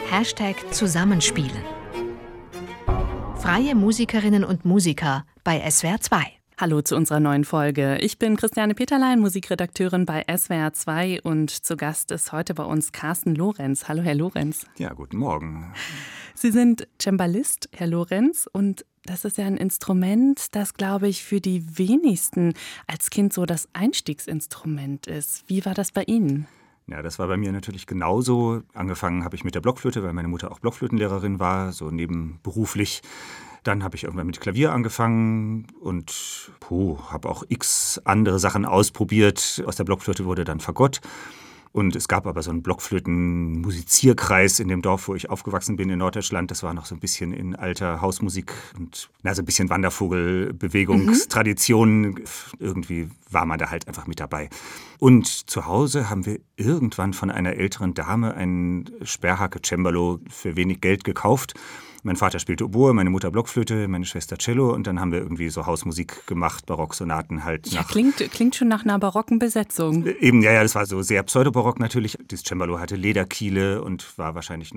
#Zusammenspielen. Freie Musikerinnen und Musiker bei SWR 2. Hallo zu unserer neuen Folge. Ich bin Christiane Peterlein, Musikredakteurin bei SWR 2 und zu Gast ist heute bei uns Carsten Lorenz. Hallo, Herr Lorenz. Ja, guten Morgen. Sie sind Cembalist, Herr Lorenz, und das ist ja ein Instrument, das, glaube ich, für die wenigsten als Kind so das Einstiegsinstrument ist. Wie war das bei Ihnen? Ja, das war bei mir natürlich genauso. Angefangen habe ich mit der Blockflöte, weil meine Mutter auch Blockflötenlehrerin war, so nebenberuflich. Dann habe ich irgendwann mit Klavier angefangen und habe auch x andere Sachen ausprobiert. Aus der Blockflöte wurde dann Fagott. Und es gab aber so einen Blockflöten-Musizierkreis in dem Dorf, wo ich aufgewachsen bin in Norddeutschland. Das war noch so ein bisschen in alter Hausmusik und so ein bisschen Wandervogel-Bewegungstradition. Irgendwie war man da halt einfach mit dabei. Und zu Hause haben wir irgendwann von einer älteren Dame ein Sperrhacke-Cembalo für wenig Geld gekauft. Mein Vater spielte Oboe, meine Mutter Blockflöte, meine Schwester Cello und dann haben wir irgendwie so Hausmusik gemacht, Barocksonaten halt. Ja, klingt schon nach einer barocken Besetzung. Eben, ja, das war so sehr pseudobarock natürlich. Das Cembalo hatte Lederkiele und war wahrscheinlich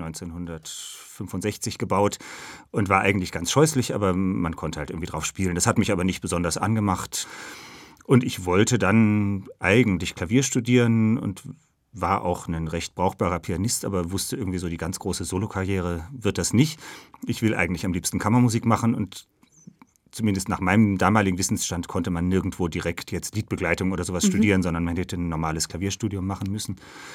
1965 gebaut und war eigentlich ganz scheußlich, aber man konnte halt irgendwie drauf spielen. Das hat mich aber nicht besonders angemacht. Und ich wollte dann eigentlich Klavier studieren und war auch ein recht brauchbarer Pianist, aber wusste irgendwie so, die ganz große Solokarriere wird das nicht. Ich will eigentlich am liebsten Kammermusik machen und zumindest nach meinem damaligen Wissensstand konnte man nirgendwo direkt jetzt Liedbegleitung oder sowas studieren, sondern man hätte ein normales Klavierstudium machen müssen.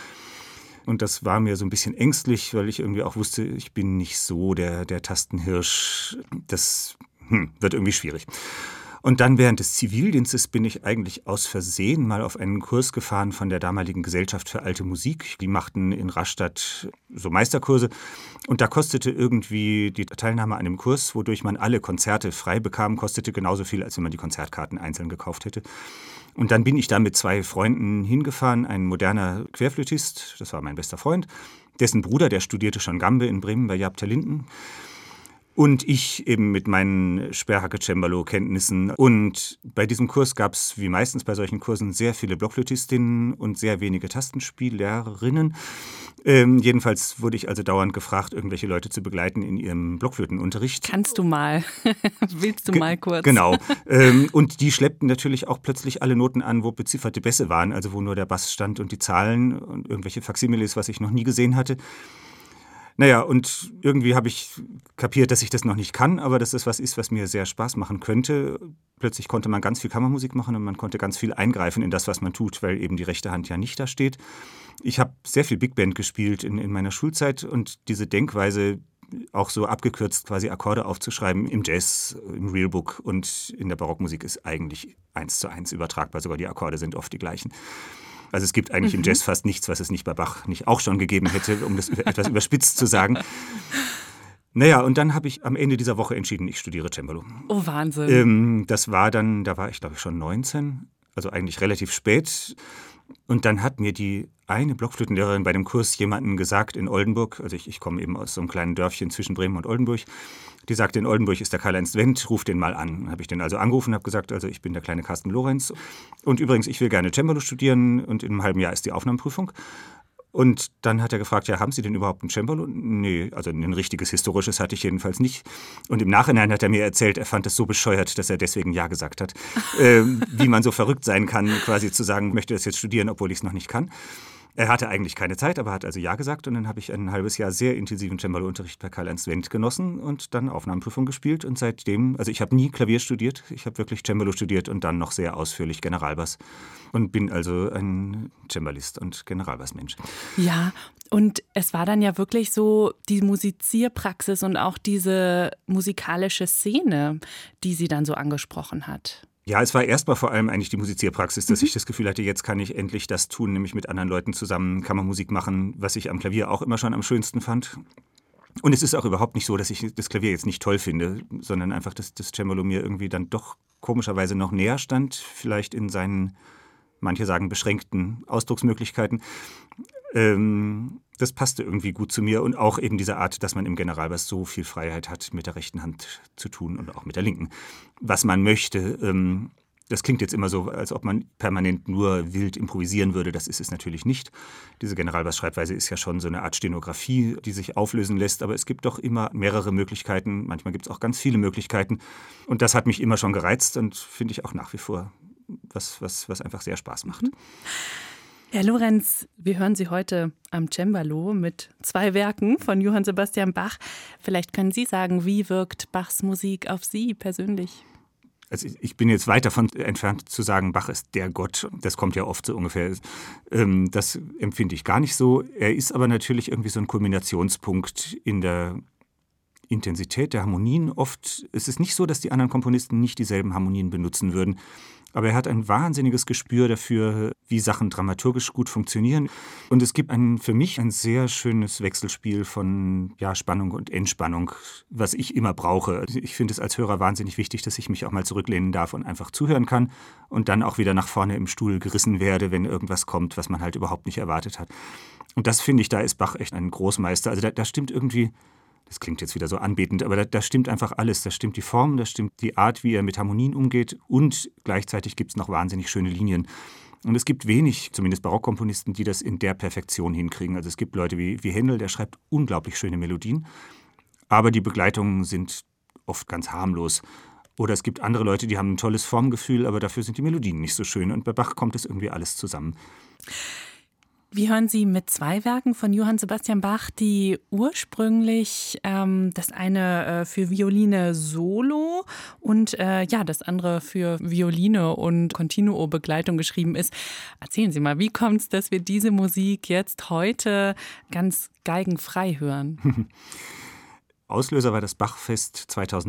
Und das war mir so ein bisschen ängstlich, weil ich irgendwie auch wusste, ich bin nicht so der Tastenhirsch. Das wird irgendwie schwierig. Und dann während des Zivildienstes bin ich eigentlich aus Versehen mal auf einen Kurs gefahren von der damaligen Gesellschaft für alte Musik. Die machten in Rastatt so Meisterkurse. Und da kostete irgendwie die Teilnahme an dem Kurs, wodurch man alle Konzerte frei bekam, kostete genauso viel, als wenn man die Konzertkarten einzeln gekauft hätte. Und dann bin ich da mit 2 Freunden hingefahren. Ein moderner Querflötist, das war mein bester Freund. Dessen Bruder, der studierte schon Gambe in Bremen bei Jaap ter Linden. Und ich eben mit meinen Sperrhacke-Cembalo-Kenntnissen. Und bei diesem Kurs gab es, wie meistens bei solchen Kursen, sehr viele Blockflötistinnen und sehr wenige Tastenspielerinnen. Jedenfalls wurde ich also dauernd gefragt, irgendwelche Leute zu begleiten in ihrem Blockflötenunterricht. Kannst du mal? Willst du mal kurz? Genau. Und die schleppten natürlich auch plötzlich alle Noten an, wo bezifferte Bässe waren, also wo nur der Bass stand und die Zahlen und irgendwelche Faksimiles, was ich noch nie gesehen hatte. Naja, und irgendwie habe ich kapiert, dass ich das noch nicht kann, aber dass das was ist, was mir sehr Spaß machen könnte. Plötzlich konnte man ganz viel Kammermusik machen und man konnte ganz viel eingreifen in das, was man tut, weil eben die rechte Hand ja nicht da steht. Ich habe sehr viel Big Band gespielt in meiner Schulzeit und diese Denkweise, auch so abgekürzt quasi Akkorde aufzuschreiben im Jazz, im Realbook und in der Barockmusik ist eigentlich 1:1 übertragbar. Sogar die Akkorde sind oft die gleichen. Also es gibt eigentlich im Jazz fast nichts, was es nicht bei Bach nicht auch schon gegeben hätte, um das etwas überspitzt zu sagen. Naja, und dann habe ich am Ende dieser Woche entschieden, ich studiere Cembalo. Oh, Wahnsinn. Das war dann, da war ich glaube ich schon 19, also eigentlich relativ spät. Und dann hat mir die eine Blockflötenlehrerin bei dem Kurs jemanden gesagt in Oldenburg, also ich komme eben aus so einem kleinen Dörfchen zwischen Bremen und Oldenburg, die sagte, in Oldenburg ist der Karl-Heinz Wendt, ruf den mal an. Dann habe ich den also angerufen und habe gesagt, also ich bin der kleine Carsten Lorenz und übrigens, ich will gerne Cembalo studieren und in einem halben Jahr ist die Aufnahmeprüfung. Und dann hat er gefragt, ja, haben Sie denn überhaupt ein Cembalo? Nee, also ein richtiges historisches hatte ich jedenfalls nicht. Und im Nachhinein hat er mir erzählt, er fand es so bescheuert, dass er deswegen Ja gesagt hat. Wie man so verrückt sein kann, quasi zu sagen, ich möchte das jetzt studieren, obwohl ich es noch nicht kann. Er hatte eigentlich keine Zeit, aber hat also Ja gesagt und dann habe ich ein halbes Jahr sehr intensiven Cembalo-Unterricht bei Karl-Heinz Wendt genossen und dann Aufnahmeprüfung gespielt und seitdem, also ich habe nie Klavier studiert, ich habe wirklich Cembalo studiert und dann noch sehr ausführlich Generalbass und bin also ein Cembalist und Generalbassmensch. Ja, und es war dann ja wirklich so die Musizierpraxis und auch diese musikalische Szene, die sie dann so angesprochen hat. Ja, es war erstmal vor allem eigentlich die Musizierpraxis, dass ich das Gefühl hatte, jetzt kann ich endlich das tun, nämlich mit anderen Leuten zusammen Kammermusik machen, was ich am Klavier auch immer schon am schönsten fand. Und es ist auch überhaupt nicht so, dass ich das Klavier jetzt nicht toll finde, sondern einfach, dass das Cembalo mir irgendwie dann doch komischerweise noch näher stand, vielleicht in seinen, manche sagen, beschränkten Ausdrucksmöglichkeiten. Das passte irgendwie gut zu mir und auch eben diese Art, dass man im Generalbass so viel Freiheit hat, mit der rechten Hand zu tun und auch mit der linken, was man möchte. Das klingt jetzt immer so, als ob man permanent nur wild improvisieren würde. Das ist es natürlich nicht. Diese Generalbass-Schreibweise ist ja schon so eine Art Stenografie, die sich auflösen lässt. Aber es gibt doch immer mehrere Möglichkeiten. Manchmal gibt es auch ganz viele Möglichkeiten. Und das hat mich immer schon gereizt und finde ich auch nach wie vor was einfach sehr Spaß macht. Herr Lorenz, wir hören Sie heute am Cembalo mit 2 Werken von Johann Sebastian Bach. Vielleicht können Sie sagen, wie wirkt Bachs Musik auf Sie persönlich? Also ich bin jetzt weit davon entfernt zu sagen, Bach ist der Gott. Das kommt ja oft so ungefähr. Das empfinde ich gar nicht so. Er ist aber natürlich irgendwie so ein Kulminationspunkt in der Intensität der Harmonien. Oft ist es nicht so, dass die anderen Komponisten nicht dieselben Harmonien benutzen würden. Aber er hat ein wahnsinniges Gespür dafür, wie Sachen dramaturgisch gut funktionieren. Und es gibt für mich ein sehr schönes Wechselspiel von Spannung und Entspannung, was ich immer brauche. Ich finde es als Hörer wahnsinnig wichtig, dass ich mich auch mal zurücklehnen darf und einfach zuhören kann und dann auch wieder nach vorne im Stuhl gerissen werde, wenn irgendwas kommt, was man halt überhaupt nicht erwartet hat. Und das finde ich, da ist Bach echt ein Großmeister. Also da stimmt irgendwie... Das klingt jetzt wieder so anbetend, aber da stimmt einfach alles. Da stimmt die Form, da stimmt die Art, wie er mit Harmonien umgeht und gleichzeitig gibt es noch wahnsinnig schöne Linien. Und es gibt wenig, zumindest Barockkomponisten, die das in der Perfektion hinkriegen. Also es gibt Leute wie Händel, der schreibt unglaublich schöne Melodien, aber die Begleitungen sind oft ganz harmlos. Oder es gibt andere Leute, die haben ein tolles Formgefühl, aber dafür sind die Melodien nicht so schön. Und bei Bach kommt es irgendwie alles zusammen. Wir hören Sie mit 2 Werken von Johann Sebastian Bach, die ursprünglich das eine für Violine Solo und das andere für Violine und Continuo-Begleitung geschrieben ist. Erzählen Sie mal, wie kommt es, dass wir diese Musik jetzt heute ganz geigenfrei hören? Auslöser war das Bachfest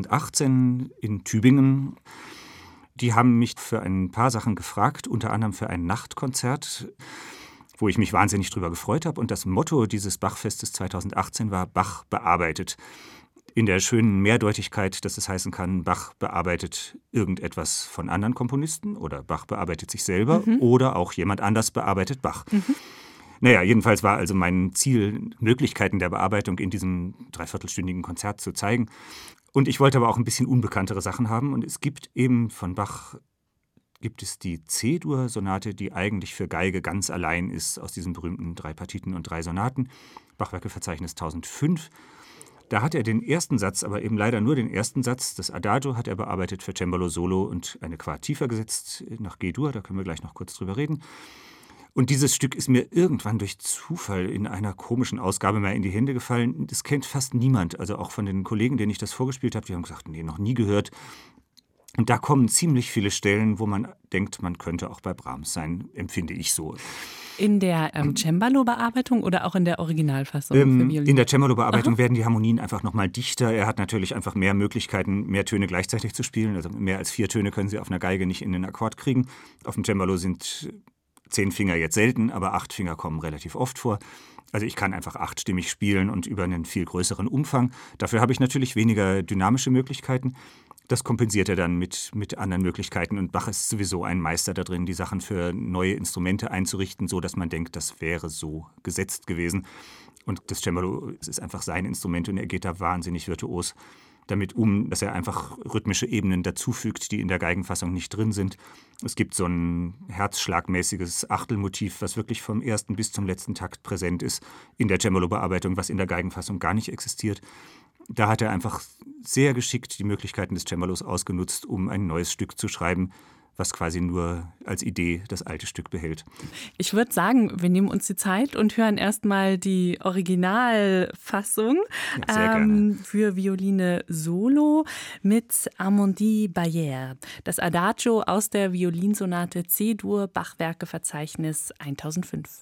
2018 in Tübingen. Die haben mich für ein paar Sachen gefragt, unter anderem für ein Nachtkonzert, wo ich mich wahnsinnig drüber gefreut habe. Und das Motto dieses Bachfestes 2018 war Bach bearbeitet. In der schönen Mehrdeutigkeit, dass es heißen kann, Bach bearbeitet irgendetwas von anderen Komponisten oder Bach bearbeitet sich selber oder auch jemand anders bearbeitet Bach. Naja, jedenfalls war also mein Ziel, Möglichkeiten der Bearbeitung in diesem 3/4-stündigen Konzert zu zeigen. Und ich wollte aber auch ein bisschen unbekanntere Sachen haben. Und es gibt eben von Bach die C-Dur-Sonate, die eigentlich für Geige ganz allein ist, aus diesen berühmten 3 Partiten und 3 Sonaten, Bachwerkeverzeichnis 1005. Da hat er den ersten Satz, aber eben leider nur den ersten Satz, das Adagio hat er bearbeitet für Cembalo Solo und eine Quart tiefer gesetzt nach G-Dur, da können wir gleich noch kurz drüber reden. Und dieses Stück ist mir irgendwann durch Zufall in einer komischen Ausgabe mal in die Hände gefallen. Das kennt fast niemand, also auch von den Kollegen, denen ich das vorgespielt habe, die haben gesagt, nee, noch nie gehört. Und da kommen ziemlich viele Stellen, wo man denkt, man könnte auch bei Brahms sein, empfinde ich so. In der Cembalo-Bearbeitung oder auch in der Originalfassung für Violine? In der Cembalo-Bearbeitung werden die Harmonien einfach nochmal dichter. Er hat natürlich einfach mehr Möglichkeiten, mehr Töne gleichzeitig zu spielen. Also mehr als 4 Töne können Sie auf einer Geige nicht in den Akkord kriegen. Auf dem Cembalo sind 10 Finger jetzt selten, aber 8 Finger kommen relativ oft vor. Also ich kann einfach 8stimmig spielen und über einen viel größeren Umfang. Dafür habe ich natürlich weniger dynamische Möglichkeiten. Das kompensiert er dann mit anderen Möglichkeiten. Und Bach ist sowieso ein Meister da drin, die Sachen für neue Instrumente einzurichten, so dass man denkt, das wäre so gesetzt gewesen. Und das Cembalo ist einfach sein Instrument und er geht da wahnsinnig virtuos damit um, dass er einfach rhythmische Ebenen dazufügt, die in der Geigenfassung nicht drin sind. Es gibt so ein herzschlagmäßiges Achtelmotiv, was wirklich vom ersten bis zum letzten Takt präsent ist in der Cembalo-Bearbeitung, was in der Geigenfassung gar nicht existiert. Da hat er einfach sehr geschickt die Möglichkeiten des Cembalos ausgenutzt, um ein neues Stück zu schreiben, was quasi nur als Idee das alte Stück behält. Ich würde sagen, wir nehmen uns die Zeit und hören erstmal die Originalfassung für Violine Solo mit Armandie Bayer. Das Adagio aus der Violinsonate C-Dur, Bachwerkeverzeichnis 1005.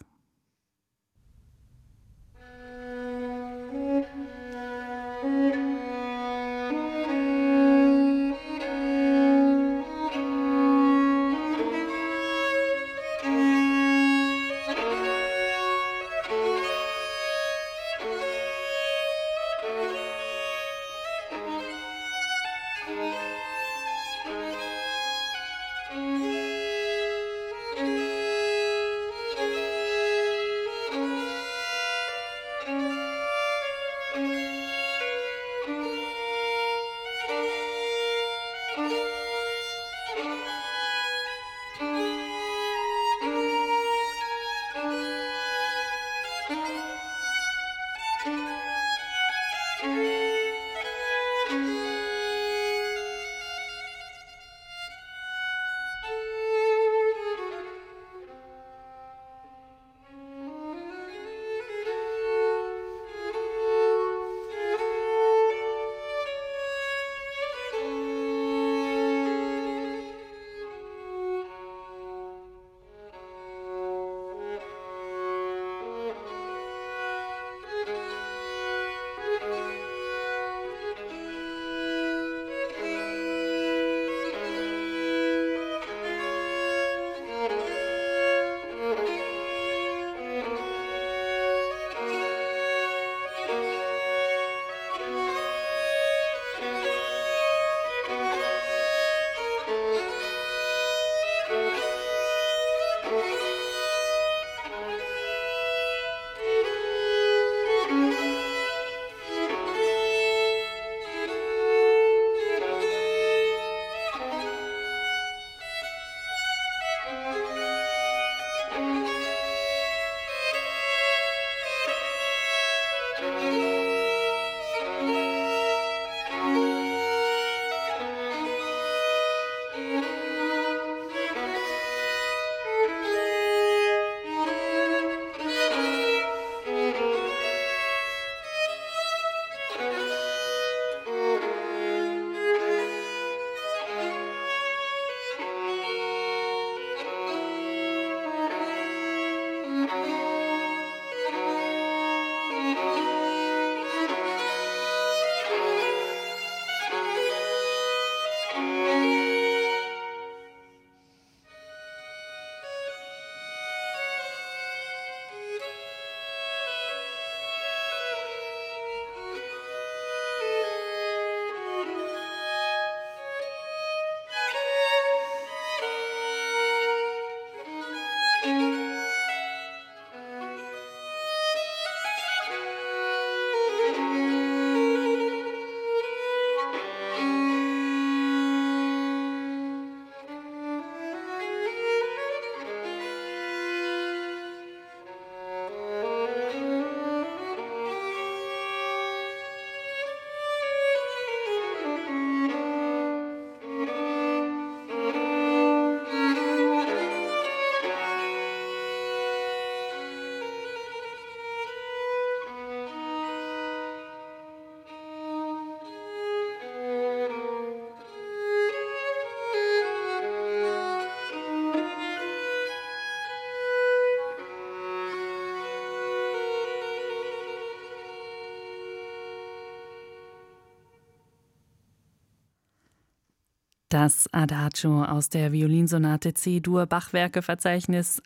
Das Adagio aus der Violinsonate C-Dur Bachwerkeverzeichnis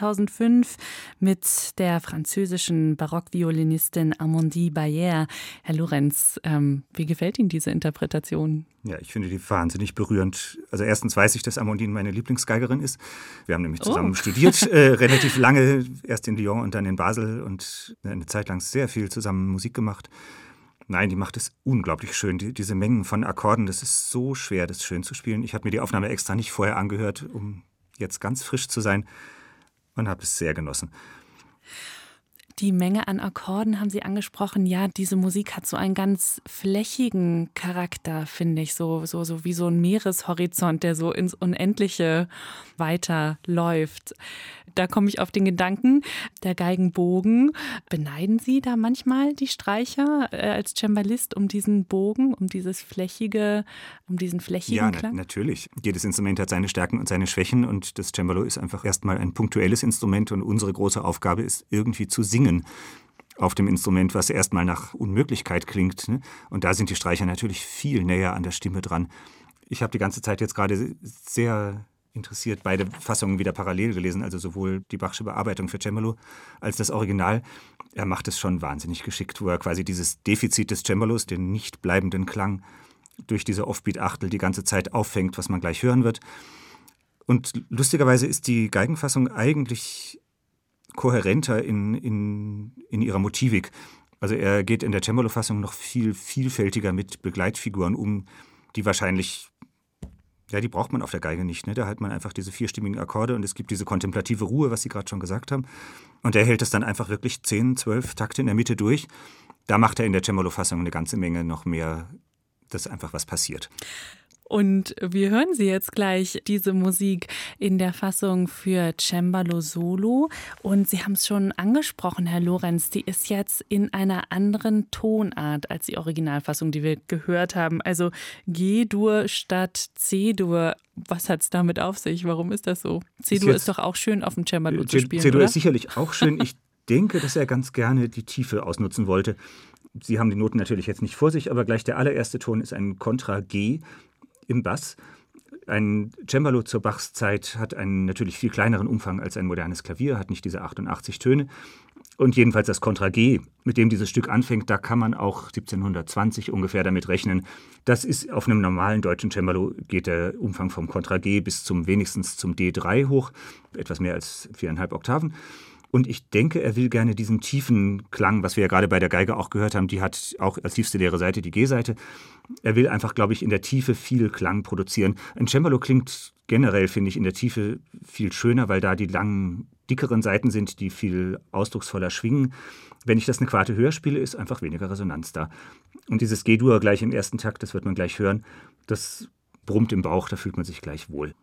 1005 mit der französischen Barockviolinistin Amandine Bayer. Herr Lorenz, wie gefällt Ihnen diese Interpretation? Ja, ich finde die wahnsinnig berührend. Also erstens weiß ich, dass Amandine meine Lieblingsgeigerin ist. Wir haben nämlich zusammen studiert, relativ lange, erst in Lyon und dann in Basel und eine Zeit lang sehr viel zusammen Musik gemacht. Nein, die macht es unglaublich schön. Diese Mengen von Akkorden, das ist so schwer, das schön zu spielen. Ich habe mir die Aufnahme extra nicht vorher angehört, um jetzt ganz frisch zu sein und habe es sehr genossen. Die Menge an Akkorden haben Sie angesprochen. Ja, diese Musik hat so einen ganz flächigen Charakter, finde ich. So wie so ein Meereshorizont, der so ins Unendliche weiterläuft. Da komme ich auf den Gedanken, der Geigenbogen. Beneiden Sie da manchmal die Streicher als Cembalist um diesen Bogen, um diesen flächigen ja, Klang? Ja, natürlich. Jedes Instrument hat seine Stärken und seine Schwächen und das Cembalo ist einfach erstmal ein punktuelles Instrument und unsere große Aufgabe ist, irgendwie zu singen auf dem Instrument, was erstmal nach Unmöglichkeit klingt. Ne? Und da sind die Streicher natürlich viel näher an der Stimme dran. Ich habe die ganze Zeit jetzt gerade sehr interessiert beide Fassungen wieder parallel gelesen, also sowohl die Bachsche Bearbeitung für Cembalo als das Original. Er macht es schon wahnsinnig geschickt, wo er quasi dieses Defizit des Cembalos, den nicht bleibenden Klang, durch diese Offbeat-Achtel die ganze Zeit auffängt, was man gleich hören wird. Und lustigerweise ist die Geigenfassung eigentlich kohärenter in ihrer Motivik. Also er geht in der Cembalo-Fassung noch viel vielfältiger mit Begleitfiguren um, die wahrscheinlich, ja, die braucht man auf der Geige nicht. Ne? Da hat man einfach diese vierstimmigen Akkorde und es gibt diese kontemplative Ruhe, was Sie gerade schon gesagt haben. Und er hält es dann einfach wirklich 10, 12 Takte in der Mitte durch. Da macht er in der Cembalo-Fassung eine ganze Menge noch mehr, dass einfach was passiert. Und wir hören Sie jetzt gleich, diese Musik in der Fassung für Cembalo Solo. Und Sie haben es schon angesprochen, Herr Lorenz, die ist jetzt in einer anderen Tonart als die Originalfassung, die wir gehört haben. Also G-Dur statt C-Dur. Was hat es damit auf sich? Warum ist das so? C-Dur ist doch auch schön auf dem Cembalo zu spielen, C-Dur oder? ist sicherlich auch schön. Ich denke, dass er ganz gerne die Tiefe ausnutzen wollte. Sie haben die Noten natürlich jetzt nicht vor sich, aber gleich der allererste Ton ist ein Kontra G im Bass. Ein Cembalo zur Bachs Zeit hat einen natürlich viel kleineren Umfang als ein modernes Klavier, hat nicht diese 88 Töne. Und jedenfalls das Kontra G, mit dem dieses Stück anfängt, da kann man auch 1720 ungefähr damit rechnen. Das ist auf einem normalen deutschen Cembalo geht der Umfang vom Kontra G bis wenigstens zum D3 hoch, etwas mehr als 4,5 Oktaven. Und ich denke, er will gerne diesen tiefen Klang, was wir ja gerade bei der Geige auch gehört haben, die hat auch als tiefste leere Seite die G-Seite. Er will einfach, glaube ich, in der Tiefe viel Klang produzieren. Ein Cembalo klingt generell, finde ich, in der Tiefe viel schöner, weil da die langen dickeren Saiten sind, die viel ausdrucksvoller schwingen. Wenn ich das eine Quarte höher spiele, ist einfach weniger Resonanz da. Und dieses G-Dur gleich im ersten Takt, das wird man gleich hören, das brummt im Bauch, da fühlt man sich gleich wohl.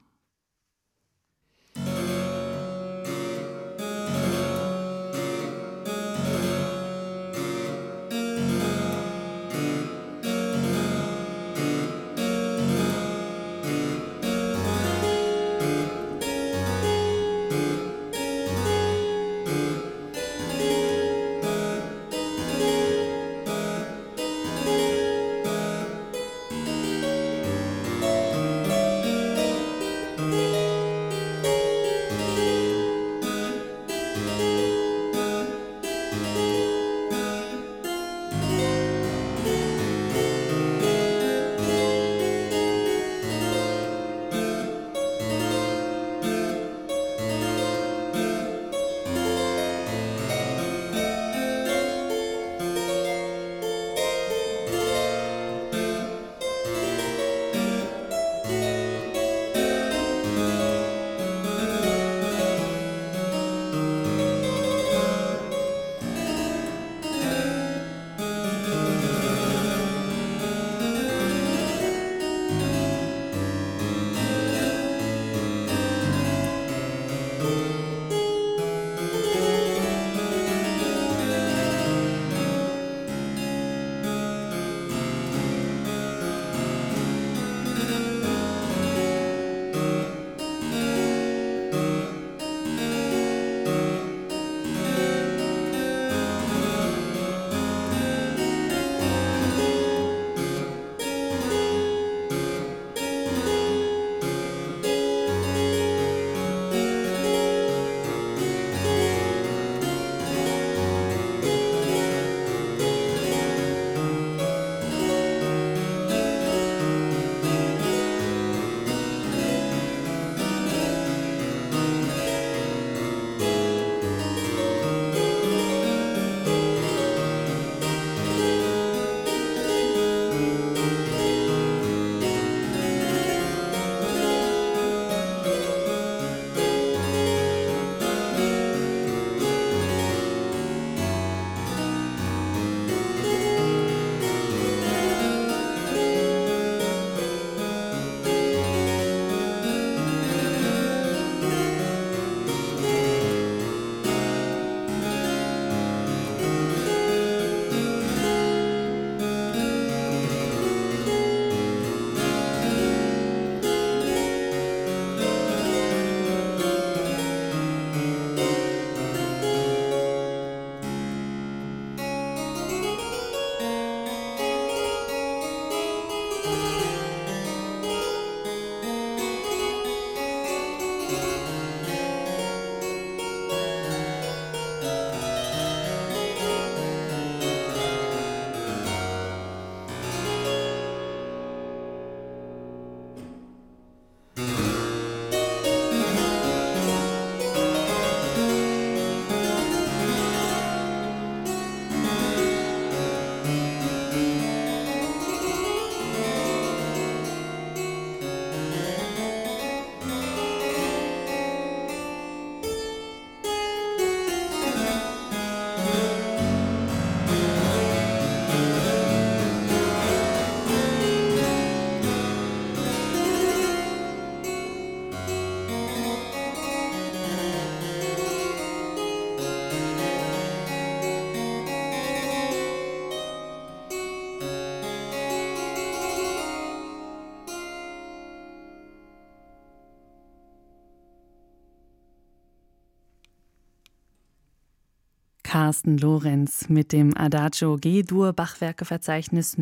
Carsten Lorenz mit dem Adagio G-Dur Bachwerkeverzeichnis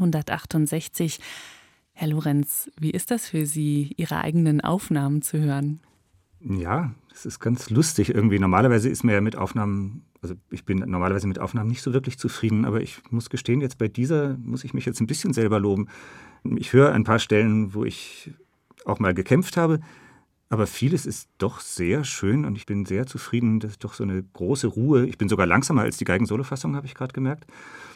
968. Herr Lorenz, wie ist das für Sie, Ihre eigenen Aufnahmen zu hören? Ja, das ist ganz lustig irgendwie. Normalerweise ist mir ja mit Aufnahmen, also ich bin normalerweise mit Aufnahmen nicht so wirklich zufrieden, aber ich muss gestehen, jetzt bei dieser muss ich mich jetzt ein bisschen selber loben. Ich höre ein paar Stellen, wo ich auch mal gekämpft habe, aber vieles ist doch sehr schön und ich bin sehr zufrieden. Das ist doch so eine große Ruhe. Ich bin sogar langsamer als die Geigen-Solo-Fassung, habe ich gerade gemerkt.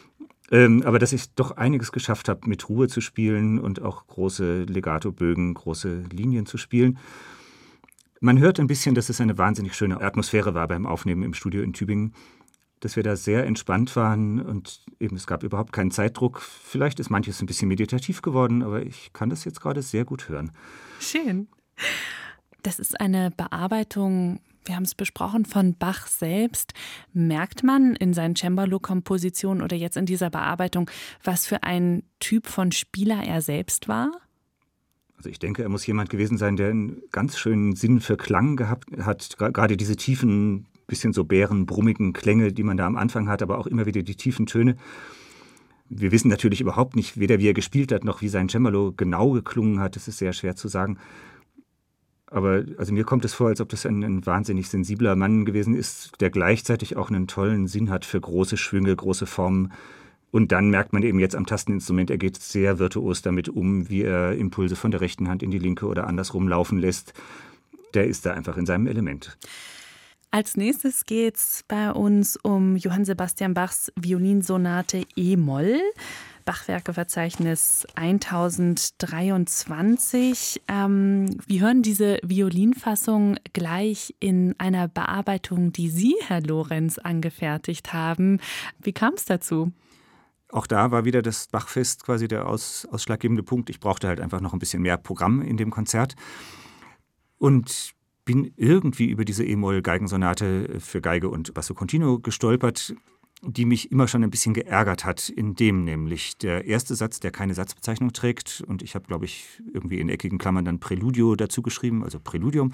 Aber dass ich doch einiges geschafft habe, mit Ruhe zu spielen und auch große Legato-Bögen, große Linien zu spielen. Man hört ein bisschen, dass es eine wahnsinnig schöne Atmosphäre war beim Aufnehmen im Studio in Tübingen, dass wir da sehr entspannt waren und eben es gab überhaupt keinen Zeitdruck. Vielleicht ist manches ein bisschen meditativ geworden, aber ich kann das jetzt gerade sehr gut hören. Schön. Das ist eine Bearbeitung, wir haben es besprochen, von Bach selbst. Merkt man in seinen Cembalo-Kompositionen oder jetzt in dieser Bearbeitung, was für ein Typ von Spieler er selbst war? Also ich denke, er muss jemand gewesen sein, der einen ganz schönen Sinn für Klang gehabt hat. Gerade diese tiefen, bisschen so bärenbrummigen Klänge, die man da am Anfang hat, aber auch immer wieder die tiefen Töne. Wir wissen natürlich überhaupt nicht, weder wie er gespielt hat, noch wie sein Cembalo genau geklungen hat. Das ist sehr schwer zu sagen. Aber also mir kommt es vor, als ob das ein wahnsinnig sensibler Mann gewesen ist, der gleichzeitig auch einen tollen Sinn hat für große Schwünge, große Formen. Und dann merkt man eben jetzt am Tasteninstrument, er geht sehr virtuos damit um, wie er Impulse von der rechten Hand in die linke oder andersrum laufen lässt. Der ist da einfach in seinem Element. Als nächstes geht's bei uns um Johann Sebastian Bachs Violinsonate E-Moll. Bachwerkeverzeichnis 1023. Wir hören diese Violinfassung gleich in einer Bearbeitung, die Sie, Herr Lorenz, angefertigt haben. Wie kam es dazu? Auch da war wieder das Bachfest quasi der ausschlaggebende Punkt. Ich brauchte halt einfach noch ein bisschen mehr Programm in dem Konzert und bin irgendwie über diese E-Moll-Geigensonate für Geige und Basso Continuo gestolpert, die mich immer schon ein bisschen geärgert hat, indem nämlich der erste Satz, der keine Satzbezeichnung trägt, und ich habe, glaube ich, irgendwie in eckigen Klammern dann Preludio dazu geschrieben, also Präludium,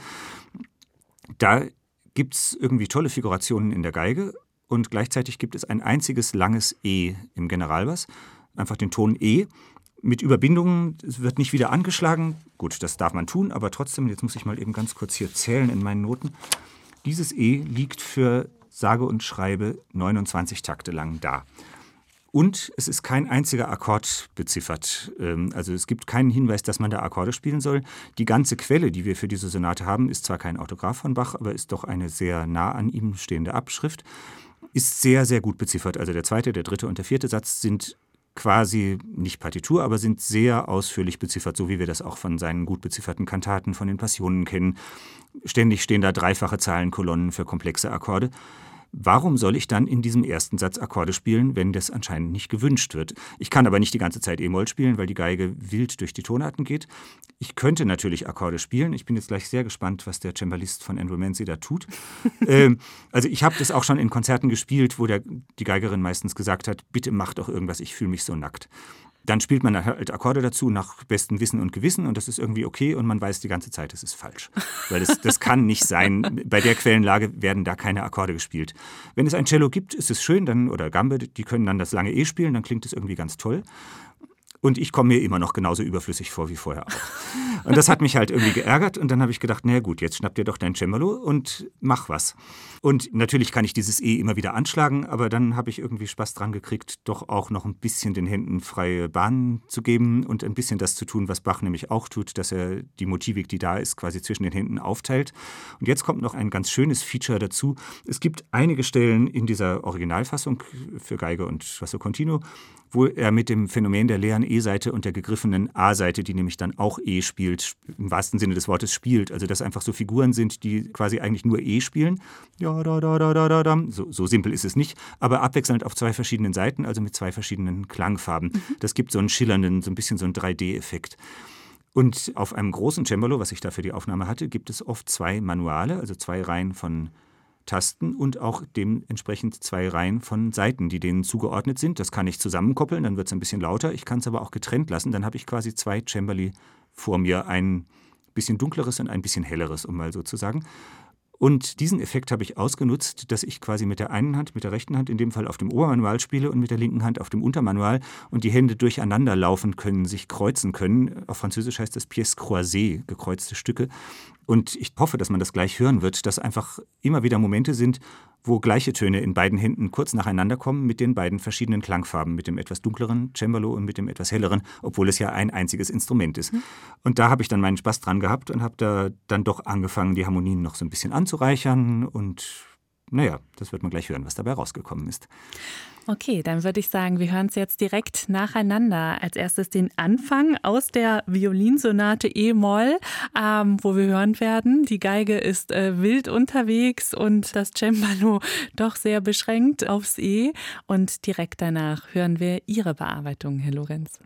da gibt es irgendwie tolle Figurationen in der Geige und gleichzeitig gibt es ein einziges langes E im Generalbass, einfach den Ton E, mit Überbindungen. Es wird nicht wieder angeschlagen. Gut, das darf man tun, aber trotzdem, jetzt muss ich mal eben ganz kurz hier zählen in meinen Noten. Dieses E liegt für sage und schreibe 29 Takte lang da. Und es ist kein einziger Akkord beziffert. Also es gibt keinen Hinweis, dass man da Akkorde spielen soll. Die ganze Quelle, die wir für diese Sonate haben, ist zwar kein Autograph von Bach, aber ist doch eine sehr nah an ihm stehende Abschrift. Ist sehr, sehr gut beziffert. Also der zweite, der dritte und der vierte Satz sind quasi nicht Partitur, aber sind sehr ausführlich beziffert, so wie wir das auch von seinen gut bezifferten Kantaten, von den Passionen kennen. Ständig stehen da dreifache Zahlenkolonnen für komplexe Akkorde. Warum soll ich dann in diesem ersten Satz Akkorde spielen, wenn das anscheinend nicht gewünscht wird? Ich kann aber nicht die ganze Zeit E-Moll spielen, weil die Geige wild durch die Tonarten geht. Ich könnte natürlich Akkorde spielen. Ich bin jetzt gleich sehr gespannt, was der Cembalist von Andrew Mancy da tut. Also ich habe das auch schon in Konzerten gespielt, wo die Geigerin meistens gesagt hat, bitte mach doch irgendwas, ich fühle mich so nackt. Dann spielt man halt Akkorde dazu nach bestem Wissen und Gewissen und das ist irgendwie okay und man weiß die ganze Zeit, das ist falsch. Weil das kann nicht sein. Bei der Quellenlage werden da keine Akkorde gespielt. Wenn es ein Cello gibt, ist es schön, dann, oder Gambe, die können dann das lange E spielen, dann klingt es irgendwie ganz toll. Und ich komme mir immer noch genauso überflüssig vor wie vorher auch. Und das hat mich halt irgendwie geärgert. Und dann habe ich gedacht, na gut, jetzt schnapp dir doch dein Cembalo und mach was. Und natürlich kann ich dieses E immer wieder anschlagen, aber dann habe ich irgendwie Spaß dran gekriegt, doch auch noch ein bisschen den Händen freie Bahn zu geben und ein bisschen das zu tun, was Bach nämlich auch tut, dass er die Motivik, die da ist, quasi zwischen den Händen aufteilt. Und jetzt kommt noch ein ganz schönes Feature dazu. Es gibt einige Stellen in dieser Originalfassung für Geige und Basso Continuo, wo er mit dem Phänomen der leeren E-Seite und der gegriffenen A-Seite, die nämlich dann auch E spielt, im wahrsten Sinne des Wortes spielt. Also dass einfach so Figuren sind, die quasi eigentlich nur E spielen. Ja, da, da, da, da, da, da. So simpel ist es nicht, aber abwechselnd auf zwei verschiedenen Seiten, also mit zwei verschiedenen Klangfarben. Das gibt so einen schillernden, so ein bisschen so einen 3D-Effekt. Und auf einem großen Cembalo, was ich da für die Aufnahme hatte, gibt es oft zwei Manuale, also zwei Reihen von Tasten und auch dementsprechend zwei Reihen von Saiten, die denen zugeordnet sind. Das kann ich zusammenkoppeln, dann wird es ein bisschen lauter. Ich kann es aber auch getrennt lassen. Dann habe ich quasi zwei Cembali vor mir, ein bisschen dunkleres und ein bisschen helleres, um mal so zu sagen. Und diesen Effekt habe ich ausgenutzt, dass ich quasi mit der einen Hand, mit der rechten Hand in dem Fall auf dem Obermanual spiele und mit der linken Hand auf dem Untermanual und die Hände durcheinander laufen können, sich kreuzen können. Auf Französisch heißt das pièces croisées, gekreuzte Stücke. Und ich hoffe, dass man das gleich hören wird, dass einfach immer wieder Momente sind, wo gleiche Töne in beiden Händen kurz nacheinander kommen mit den beiden verschiedenen Klangfarben, mit dem etwas dunkleren Cembalo und mit dem etwas helleren, obwohl es ja ein einziges Instrument ist. Und da habe ich dann meinen Spaß dran gehabt und habe da dann doch angefangen, die Harmonien noch so ein bisschen anzureichern und naja, das wird man gleich hören, was dabei rausgekommen ist. Okay, dann würde ich sagen, wir hören es jetzt direkt nacheinander. Als erstes den Anfang aus der Violinsonate E-Moll, wo wir hören werden, die Geige ist wild unterwegs und das Cembalo doch sehr beschränkt aufs E. Und direkt danach hören wir Ihre Bearbeitung, Herr Lorenz.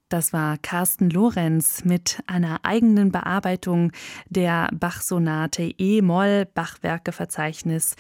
Das war Carsten Lorenz mit einer eigenen Bearbeitung der Bach-Sonate E-Moll, Bachwerkeverzeichnis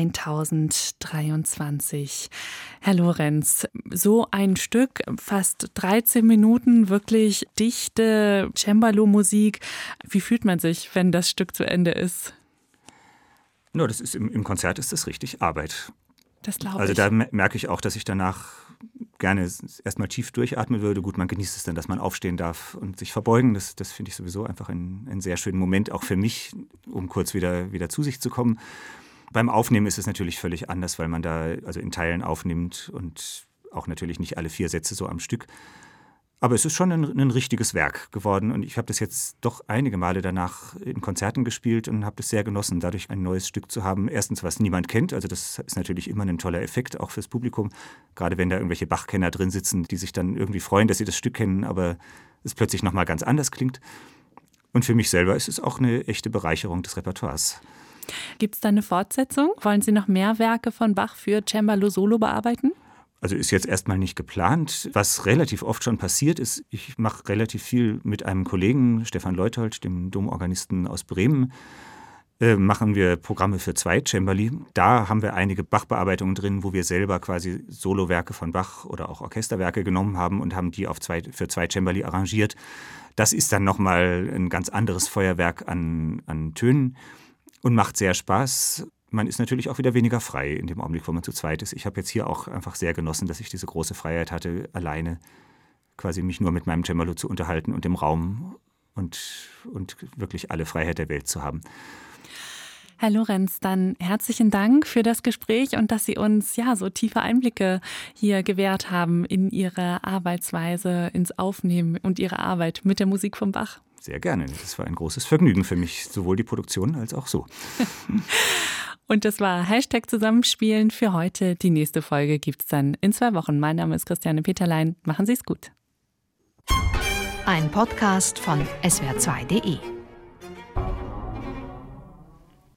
1023. Herr Lorenz, so ein Stück, fast 13 Minuten, wirklich dichte Cembalo-Musik. Wie fühlt man sich, wenn das Stück zu Ende ist? No, das ist im Konzert ist das richtig Arbeit. Das glaube ich. Also da merke ich auch, dass ich danach gerne erstmal tief durchatmen würde. Gut, man genießt es dann, dass man aufstehen darf und sich verbeugen. Das finde ich sowieso einfach einen sehr schönen Moment, auch für mich, um kurz wieder zu sich zu kommen. Beim Aufnehmen ist es natürlich völlig anders, weil man da also in Teilen aufnimmt und auch natürlich nicht alle 4 Sätze so am Stück. Aber es ist schon ein richtiges Werk geworden und ich habe das jetzt doch einige Male danach in Konzerten gespielt und habe das sehr genossen, dadurch ein neues Stück zu haben. Erstens, was niemand kennt, also das ist natürlich immer ein toller Effekt, auch fürs Publikum. Gerade wenn da irgendwelche Bach-Kenner drin sitzen, die sich dann irgendwie freuen, dass sie das Stück kennen, aber es plötzlich nochmal ganz anders klingt. Und für mich selber ist es auch eine echte Bereicherung des Repertoires. Gibt es da eine Fortsetzung? Wollen Sie noch mehr Werke von Bach für Cembalo Solo bearbeiten? Also ist jetzt erstmal nicht geplant. Was relativ oft schon passiert ist, ich mache relativ viel mit einem Kollegen, Stefan Leuthold, dem Domorganisten aus Bremen, machen wir Programme für 2 Cembali. Da haben wir einige Bach-Bearbeitungen drin, wo wir selber quasi Solowerke von Bach oder auch Orchesterwerke genommen haben und haben die für 2 Cembali arrangiert. Das ist dann nochmal ein ganz anderes Feuerwerk an Tönen und macht sehr Spaß. Man ist natürlich auch wieder weniger frei in dem Augenblick, wo man zu zweit ist. Ich habe jetzt hier auch einfach sehr genossen, dass ich diese große Freiheit hatte, alleine quasi mich nur mit meinem Cembalo zu unterhalten und im Raum und wirklich alle Freiheit der Welt zu haben. Herr Lorenz, dann herzlichen Dank für das Gespräch und dass Sie uns so tiefe Einblicke hier gewährt haben in Ihre Arbeitsweise, ins Aufnehmen und Ihre Arbeit mit der Musik von Bach. Sehr gerne. Das war ein großes Vergnügen für mich, sowohl die Produktion als auch so. Und das war #Zusammenspielen für heute. Die nächste Folge gibt es dann in 2 Wochen. Mein Name ist Christiane Peterlein. Machen Sie es gut. Ein Podcast von swr2.de